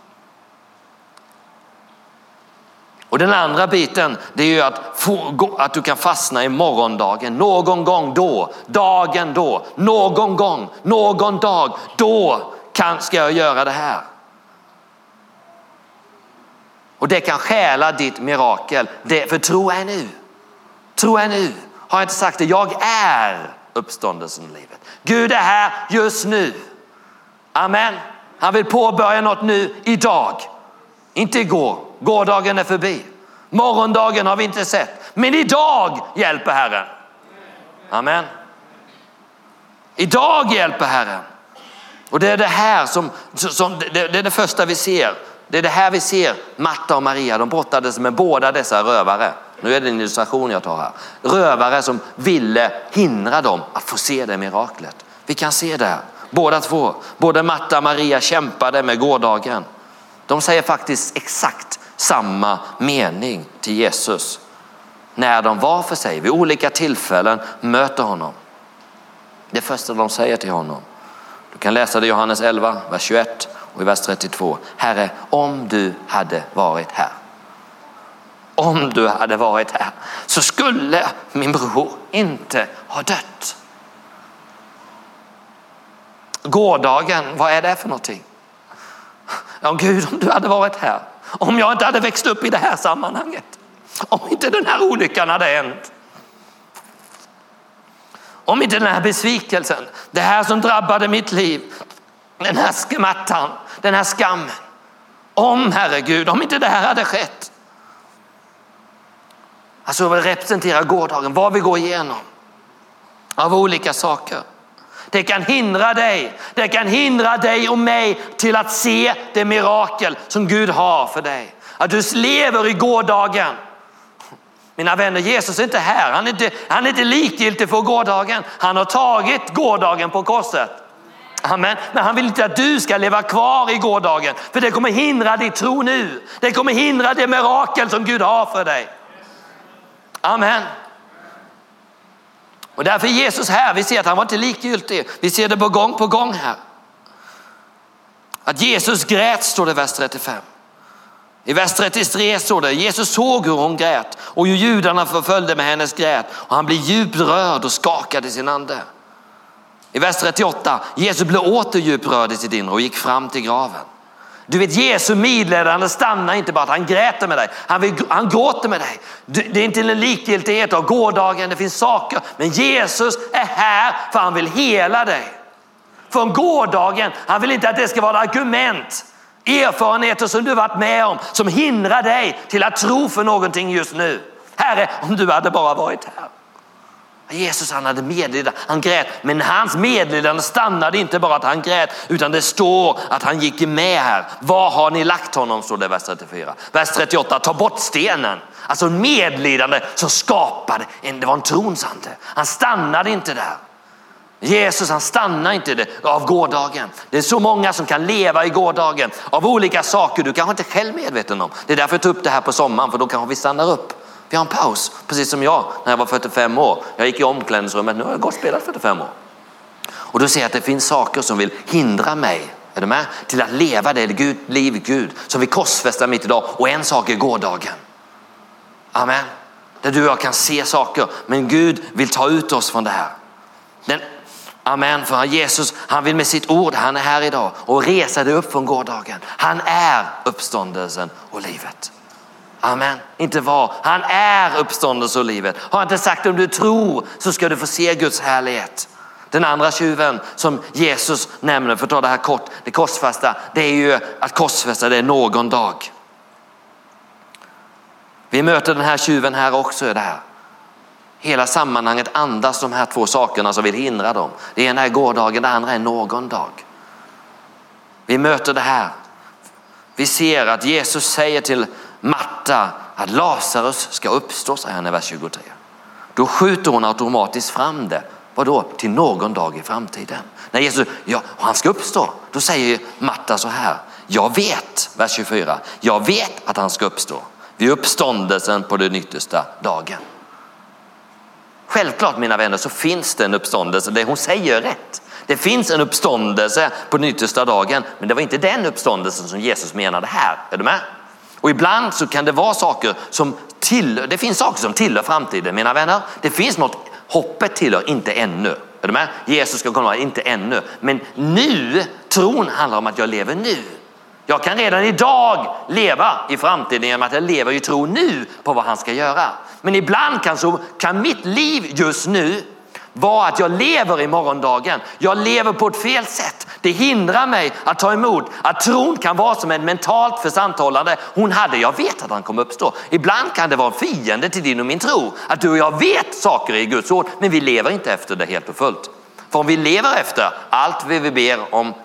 Och den andra biten, det är ju att du kan fastna i morgondagen. Någon gång då. Dagen då. Någon gång. Någon dag. Då ska jag göra det här. Och det kan stjäla ditt mirakel. För tro är nu. Tro är nu. Har jag inte sagt det? Jag är uppståndelsen i livet. Gud är här just nu. Amen. Han vill påbörja något nu idag. Inte igår. Gårdagen är förbi. Morgondagen har vi inte sett. Men idag hjälper Herren. Amen. Idag hjälper Herren. Och det är det här som det är det första vi ser. Det är det här vi ser. Marta och Maria, de brottades med båda dessa rövare. Nu är det en illustration jag tar här. Rövare som ville hindra dem att få se det miraklet. Vi kan se det här. Båda två. Både Marta och Maria kämpade med gårdagen. De säger faktiskt exakt samma mening till Jesus. När de var för sig vid olika tillfällen möter honom. Det första de säger till honom. Du kan läsa det i Johannes 11, vers 21 och i vers 32. Herre, om du hade varit här. Om du hade varit här så skulle min bror inte ha dött. Gårdagen, vad är det för någonting? Ja Gud, om du hade varit här. Om jag inte hade växt upp i det här sammanhanget. Om inte den här olyckan hade hänt. Om inte den här besvikelsen, det här som drabbade mitt liv, den här smärtan, den här skammen. Om Herregud, om inte det här hade skett. Alltså representera gårdagen, vad vi går igenom. Av olika saker. Det kan hindra dig. Det kan hindra dig och mig till att se det mirakel som Gud har för dig. Att du lever i gårdagen. Mina vänner, Jesus är inte här. Han är inte likgiltig för gårdagen. Han har tagit gårdagen på korset. Amen. Men han vill inte att du ska leva kvar i gårdagen. För det kommer hindra din tro nu. Det kommer hindra det mirakel som Gud har för dig. Amen. Och därför är Jesus här. Vi ser att han var inte likgiltig. Vi ser det på gång här. Att Jesus grät, står det i vers 35. I vers 33 står det: Jesus såg hur hon grät och hur judarna förföljde med hennes grät. Och han blev djupt rörd och skakade sin ande. I vers 38, Jesus blev åter djupt rörd i sitt inre och gick fram till graven. Du vet, Jesu medledande stannar inte bara att han gräter med dig. Han gråter med dig. Det är inte en likgiltighet av gårdagen, det finns saker. Men Jesus är här för han vill hela dig. Från gårdagen, han vill inte att det ska vara ett argument. Erfarenheter som du varit med om som hindrar dig till att tro för någonting just nu. Herre, om du hade bara varit här. Jesus, han hade medlidande, han grät, men hans medlidande stannade inte bara att han grät, utan det står att han gick med här. Var har ni lagt honom, står det i vers 34. Vers 38, ta bort stenen. Alltså medlidande som skapade, det var en trons ande. Han stannade inte där. Jesus, han stannar inte det av gårdagen. Det är så många som kan leva i gårdagen av olika saker du kanske inte själv medveten om. Det är därför jag tar upp det här på sommaren, för då kanske vi stannar upp. Vi har en paus, precis som jag när jag var 45 år. Jag gick i omklädningsrummet, nu har jag gått spelat 45 år. Och då ser jag att det finns saker som vill hindra mig, är du med? Till att leva det liv Gud som vi korsfästar mitt idag. Och en sak är gårdagen. Amen. Där du och jag kan se saker, men Gud vill ta ut oss från det här. Amen, för Jesus, han vill med sitt ord, han är här idag och resa dig upp från gårdagen. Han är uppståndelsen och livet. Amen, inte var. Han är uppståndelse och livet. Har han inte sagt om du tror så ska du få se Guds härlighet. Den andra tjuven som Jesus nämner, för att ta det här kort, det korsfästa, det är ju att korsfästa det är någon dag. Vi möter den här tjuven här också i det här. Hela sammanhanget andas de här två sakerna som vill hindra dem. Det ena är gårdagen, det andra är någon dag. Vi möter det här. Vi ser att Jesus säger till Marta att Lazarus ska uppstå, säger han i vers 23. Då skjuter hon automatiskt fram det. Vadå? Till någon dag i framtiden. När Jesus, han ska uppstå, då säger Marta så här: jag vet, vers 24, jag vet att han ska uppstå vid uppståndelsen på den yttersta dagen. Självklart, mina vänner, så finns det en uppståndelse. Det hon säger är rätt. Det finns en uppståndelse på den yttersta dagen, men det var inte den uppståndelsen som Jesus menade här. Är du med? Och ibland så kan det vara saker som det finns saker som tillhör framtiden, mina vänner. Det finns något, hoppet tillhör inte ännu. Är du med? Jesus ska komma, inte ännu. Men nu, tron handlar om att jag lever nu. Jag kan redan idag leva i framtiden genom att jag lever i tro nu på vad han ska göra. Men ibland kan mitt liv just nu vara att jag lever i morgondagen. Jag lever på ett fel sätt. Det hindrar mig att ta emot. Att tron kan vara som en mentalt försanthållande. Jag vet att han kommer uppstå. Ibland kan det vara en fiende till din och min tro. Att du och jag vet saker i Guds ord, men vi lever inte efter det helt och fullt. För om vi lever efter allt vi ber om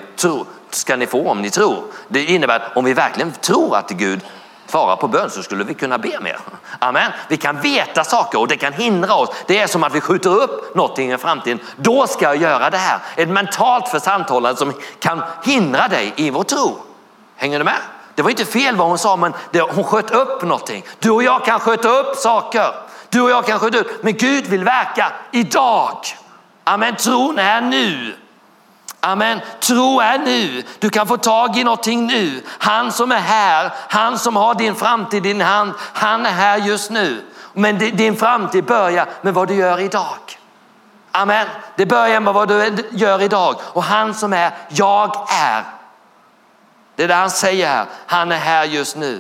ska ni få om ni tror. Det innebär att om vi verkligen tror att Gud svarar på bön så skulle vi kunna be mer. Amen. Vi kan veta saker och det kan hindra oss. Det är som att vi skjuter upp någonting i framtiden. Då ska jag göra det här. Ett mentalt försanthållande som kan hindra dig i vår tro. Hänger du med? Det var inte fel vad hon sa, men hon sköt upp någonting. Du och jag kan sköta upp saker. Du och jag kan sköta upp. Men Gud vill verka idag. Amen. Tron är nu. Amen. Tro är nu. Du kan få tag i någonting nu. Han som är här, han som har din framtid i din hand, han är här just nu. Men din framtid börjar med vad du gör idag. Amen. Det börjar med vad du gör idag. Och han som är, jag är. Det är det han säger här. Han är här just nu.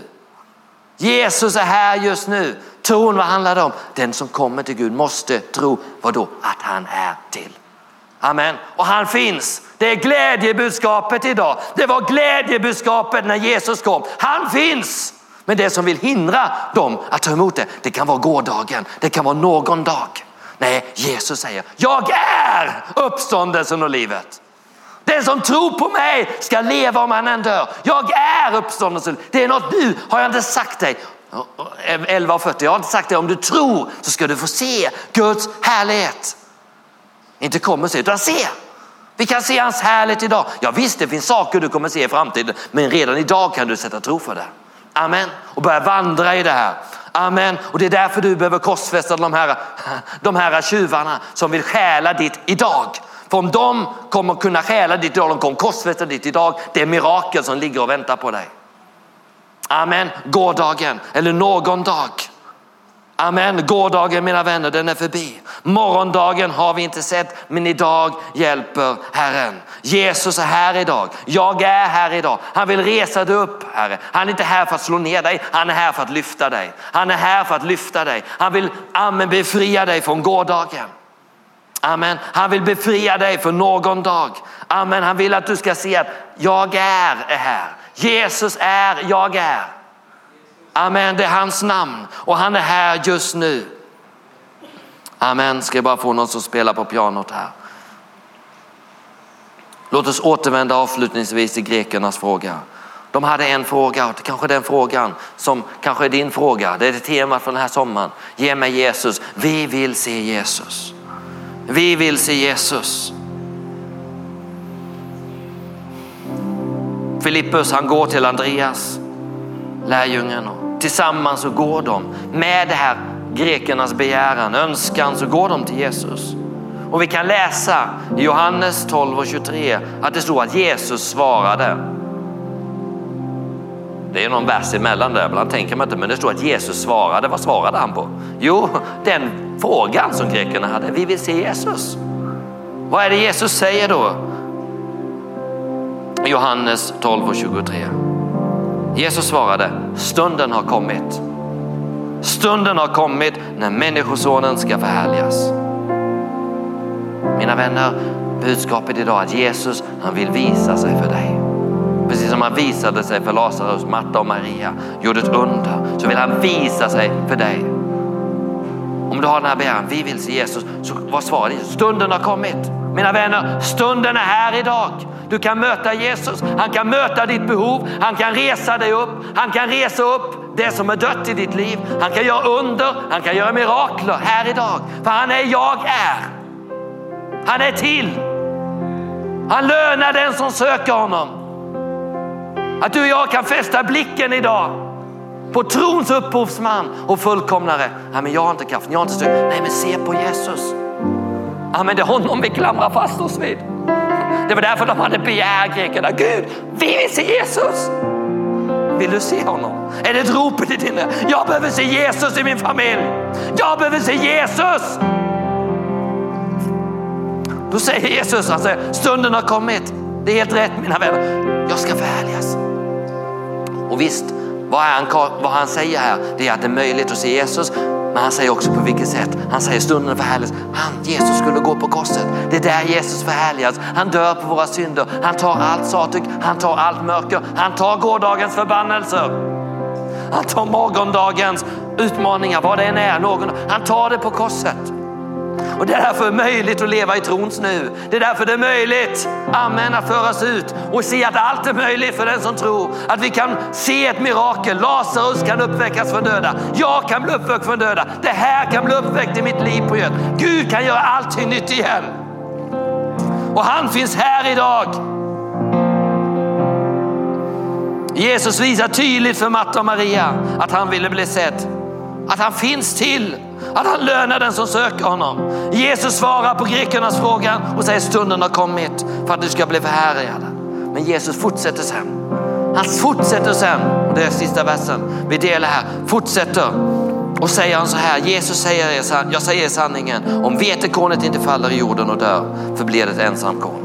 Jesus är här just nu. Tron, vad handlar det om? Den som kommer till Gud måste tro, vadå? Att han är till. Amen. Och han finns. Det är glädjebudskapet idag. Det var glädjebudskapet när Jesus kom. Han finns. Men det som vill hindra dem att ta emot det kan vara gårdagen. Det kan vara någon dag. Nej, Jesus säger, jag är uppståndelsen och livet. Den som tror på mig ska leva om han än dör. Jag är uppståndelsen. Det är något nu, har jag inte sagt dig. 11:40. Jag har inte sagt det, om du tror så ska du få se Guds härlighet. Inte kommer se, utan se. Vi kan se hans härlighet idag. Ja visst, det finns saker du kommer se i framtiden, men redan idag kan du sätta tro för det. Amen. Och börja vandra i det här. Amen. Och det är därför du behöver korsfästa de här tjuvarna som vill stjäla ditt idag. För om de kommer kunna stjäla ditt idag, de kommer korsfästa ditt idag, det är mirakel som ligger och väntar på dig. Amen. Gårdagen eller någon dag. Amen. Gårdagen, mina vänner, den är förbi. Morgondagen har vi inte sett, men idag hjälper Herren. Jesus är här idag. Jag är här idag. Han vill resa dig upp, Herre. Han är inte här för att slå ner dig. Han är här för att lyfta dig. Han är här för att lyfta dig. Han vill befria dig från gårdagen. Amen. Han vill befria dig för någon dag. Amen. Han vill att du ska se att jag är här. Jesus är, jag är. Amen, det är hans namn och han är här just nu. Amen, ska jag bara få någon som spelar på pianot här. Låt oss återvända avslutningsvis till grekernas fråga. De hade en fråga, och kanske den frågan som kanske är din fråga. Det är det temat för den här sommaren. Ge mig Jesus. Vi vill se Jesus. Vi vill se Jesus. Filippus, han går till Andreas, lärjungen, och tillsammans så går de med det här grekernas begäran, önskan, så går de till Jesus. Och vi kan läsa i Johannes 12:23 att det står att Jesus svarade. Det är någon vers emellan där, ibland tänker man inte, men det står att Jesus svarade. Vad svarade han på? Jo, den frågan som grekerna hade. Vi vill se Jesus. Vad är det Jesus säger då? Johannes 12:23. Jesus svarade, stunden har kommit. Stunden har kommit när människosonen ska förhärligas. Mina vänner, budskapet idag är att Jesus, han vill visa sig för dig. Precis som han visade sig för Lazarus, Marta och Maria, gjorde ett under, så vill han visa sig för dig. Om du har den här begäran, vi vill se Jesus, så vad svarar Jesus? Stunden har kommit. Mina vänner, stunden är här idag. Du kan möta Jesus, han kan möta ditt behov, han kan resa dig upp, han kan resa upp det som är dött i ditt liv. Han kan göra under, han kan göra mirakler här idag. För han är jag är. Han är till. Han lönar den som söker honom. Att du och jag kan fästa blicken idag på trons upphovsman och fullkomnare. Nej, men jag har inte kraft, jag har inte styrka. Nej, men se på Jesus. Ja, men det är honom vi klamrar fast oss vid. Det var därför de hade begär, grekerna. Gud, vi vill se Jesus. Vill du se honom? Är det ett rop i din? Jag behöver se Jesus i min familj. Jag behöver se Jesus. Då säger Jesus, han säger, stunden har kommit. Det är helt rätt, mina vänner. Jag ska förhärligas. Och visst, vad han säger här, det är att det är möjligt att se Jesus. Men han säger också på vilket sätt. Han säger stunden förhärligas. Jesus skulle gå på korset. Det är där Jesus förhärligas. Han dör på våra synder. Han tar allt sattyck. Han tar allt mörker. Han tar gårdagens förbannelser. Han tar morgondagens utmaningar. Vad det än är. Han tar det på korset. Och det är därför möjligt att leva i trons nu. Det är därför det är möjligt, amen, att föras ut och se att allt är möjligt för den som tror. Att vi kan se ett mirakel. Lazarus kan uppväckas från döda. Jag kan bli uppväckt från döda. Det här kan bli uppväckt i mitt liv på jord. Gud kan göra allting nytt igen. Och han finns här idag. Jesus visar tydligt för Marta och Maria att han ville bli sedd. Att han finns till. Att han lönar den som söker honom. Jesus svarar på grekernas fråga och säger stunden har kommit för att du ska bli förhärligad. Men Jesus fortsätter sen. Han fortsätter sen. Och det är sista versen vi delar här. Fortsätter och säger han så här. Jesus säger, jag säger sanningen. Om vetekornet inte faller i jorden och dör, förblir det ett ensamkorn.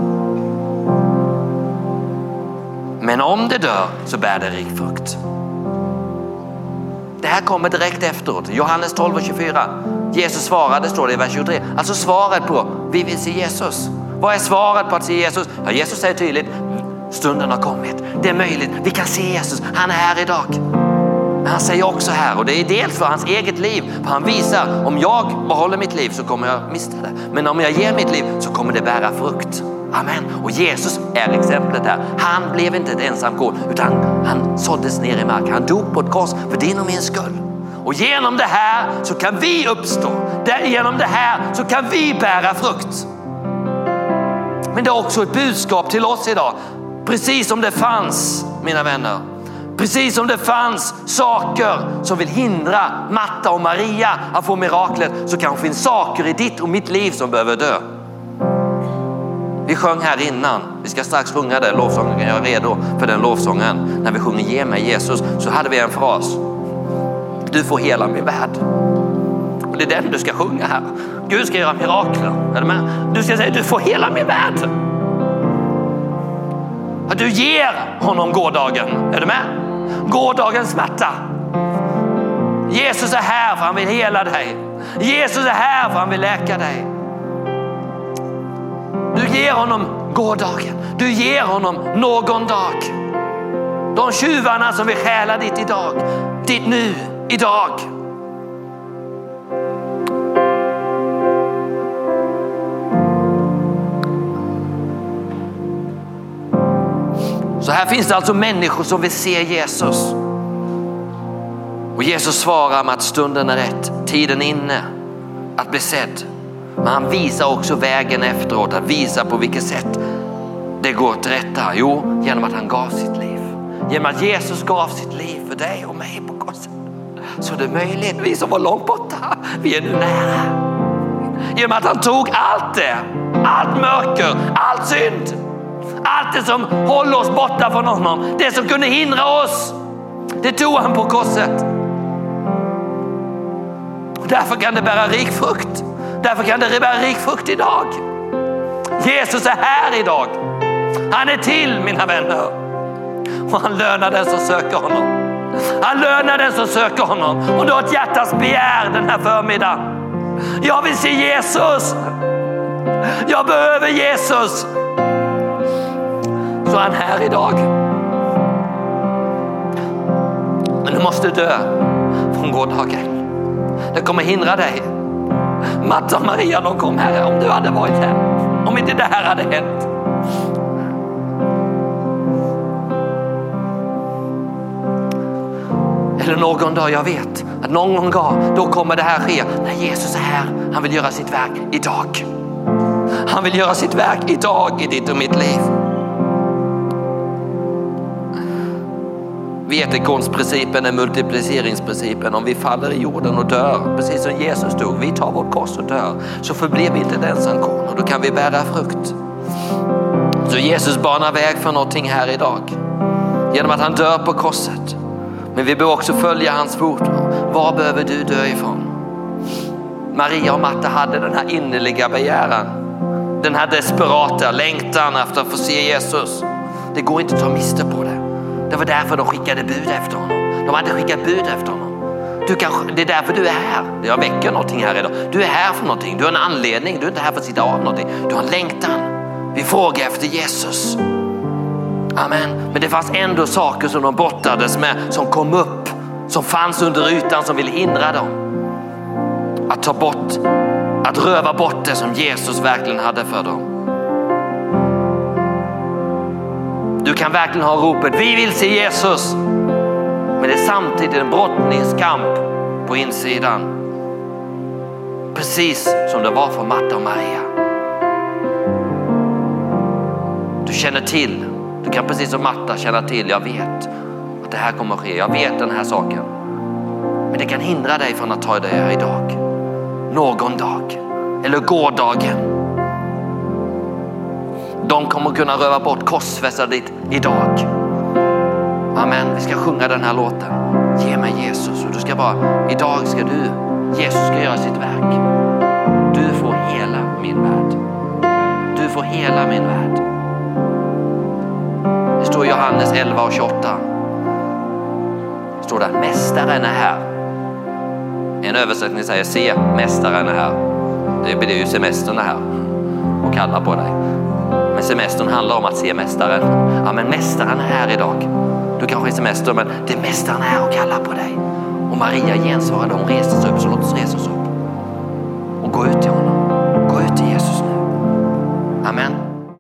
Men om det dör så bär det rik frukt. Det här kommer direkt efteråt. Johannes 12:24. Jesus svarade, står det i vers 23. Alltså svaret på, vi vill se Jesus. Vad är svaret på att se Jesus? Ja, Jesus säger tydligt, stunden har kommit. Det är möjligt, vi kan se Jesus. Han är här idag. Men han säger också här, och det är dels för hans eget liv. För han visar, om jag behåller mitt liv så kommer jag mista det. Men om jag ger mitt liv så kommer det bära frukt. Amen. Och Jesus är exemplet där. Han blev inte ett ensam korn, utan han såddes ner i marken. Han dog på ett kors för din och min skull. Och genom det här så kan vi uppstå. Genom det här så kan vi bära frukt. Men det är också ett budskap till oss idag. Precis som det fanns, mina vänner. Precis som det fanns saker som vill hindra Marta och Maria att få miraklet, så kanske finns saker i ditt och mitt liv som behöver dö. Vi sjöng här innan. Vi ska strax sjunga den lovsången. Jag är redo för den lovsången. När vi sjunger Ge mig Jesus så hade vi en fras. Du får hela min värld. Och det är den du ska sjunga här. Gud ska göra mirakler. Är du med? Du ska säga du får hela min värld. Att du ger honom gårdagen. Är du med? Gårdagens smärta. Jesus är här för han vill hela dig. Jesus är här för han vill läka dig. Du ger honom gårdagen. Du ger honom någon dag. De tjuvarna som vill stjäla ditt idag. Ditt nu, idag. Så här finns det alltså människor som vill se Jesus. Och Jesus svarar med att stunden är rätt. Tiden är inne att bli sedd. Men han visar också vägen efteråt. Att visa på vilket sätt det går till rätta. Jo, genom att han gav sitt liv. Genom att Jesus gav sitt liv för dig och mig på korset. Så det är möjligt. Vi som var långt borta, vi är nu nära. Genom att han tog allt det. Allt mörker, allt synd. Allt det som håller oss borta från honom. Det som kunde hindra oss. Det tog han på korset. Och därför kan det bära rik frukt. Därför kan det bära rik frukt idag. Jesus är här idag. Han är till, mina vänner. Och han lönar den som söker honom. Han lönar den som söker honom. Och du har ett hjärtas begär den här förmiddagen. Jag vill se Jesus. Jag behöver Jesus. Så är han här idag. Men du måste dö från gårdagen. Det kommer hindra dig. Marta och Maria, de kom här om du hade varit här. Om inte det här hade hänt. Eller någon dag, jag vet att någon gång då kommer det här ske. När Jesus är här, han vill göra sitt verk idag. Han vill göra sitt verk idag i ditt och mitt liv. Vetekonsprincipen är multipliceringsprincipen. Om vi faller i jorden och dör, precis som Jesus dog, vi tar vårt kors och dör, så förblir vi inte ett ensam korn och då kan vi bära frukt. Så Jesus banar väg för någonting här idag genom att han dör på korset. Men vi behöver också följa hans fotspår. Var behöver du dö ifrån? Maria och Marta hade den här innerliga begäran, den här desperata längtan efter att få se Jesus. Det går inte att ta miste på det. Det var därför de skickade bud efter honom. De hade skickat bud efter honom. Det är därför du är här. Jag väcker någonting här idag. Du är här för någonting. Du har en anledning. Du är inte här för att sitta av någonting. Du har en längtan. Vi frågar efter Jesus. Amen. Men det fanns ändå saker som de brottades med, som kom upp, som fanns under ytan, som ville hindra dem att ta bort, att röva bort det som Jesus verkligen hade för dem. Du kan verkligen ha ropet, vi vill se Jesus. Men det är samtidigt en brottningskamp på insidan. Precis som det var för Marta och Maria. Du känner till, du kan precis som Marta känna till, jag vet att det här kommer att ske. Jag vet den här saken. Men det kan hindra dig från att ta det här idag. Någon dag. Eller gårdagen. De kommer kunna röva bort, korsfästa ditt idag. Amen. Vi ska sjunga den här låten. Ge mig Jesus. Och du ska bara, idag ska du, Jesus ska göra sitt verk. Du får hela min värld. Du får hela min värld. Det står i Johannes 11 och 28. Det står där, mästaren är här. En översättning säger, se, mästaren är här. Det blir ju semestern här och kallar på dig. Men semestern handlar om att se mästaren. Ja, men mästaren är här idag. Du kanske är semester, men det är mästaren här och kallar på dig. Och Maria gensvarade, hon reste sig upp, så låt oss resa oss upp och gå ut till honom.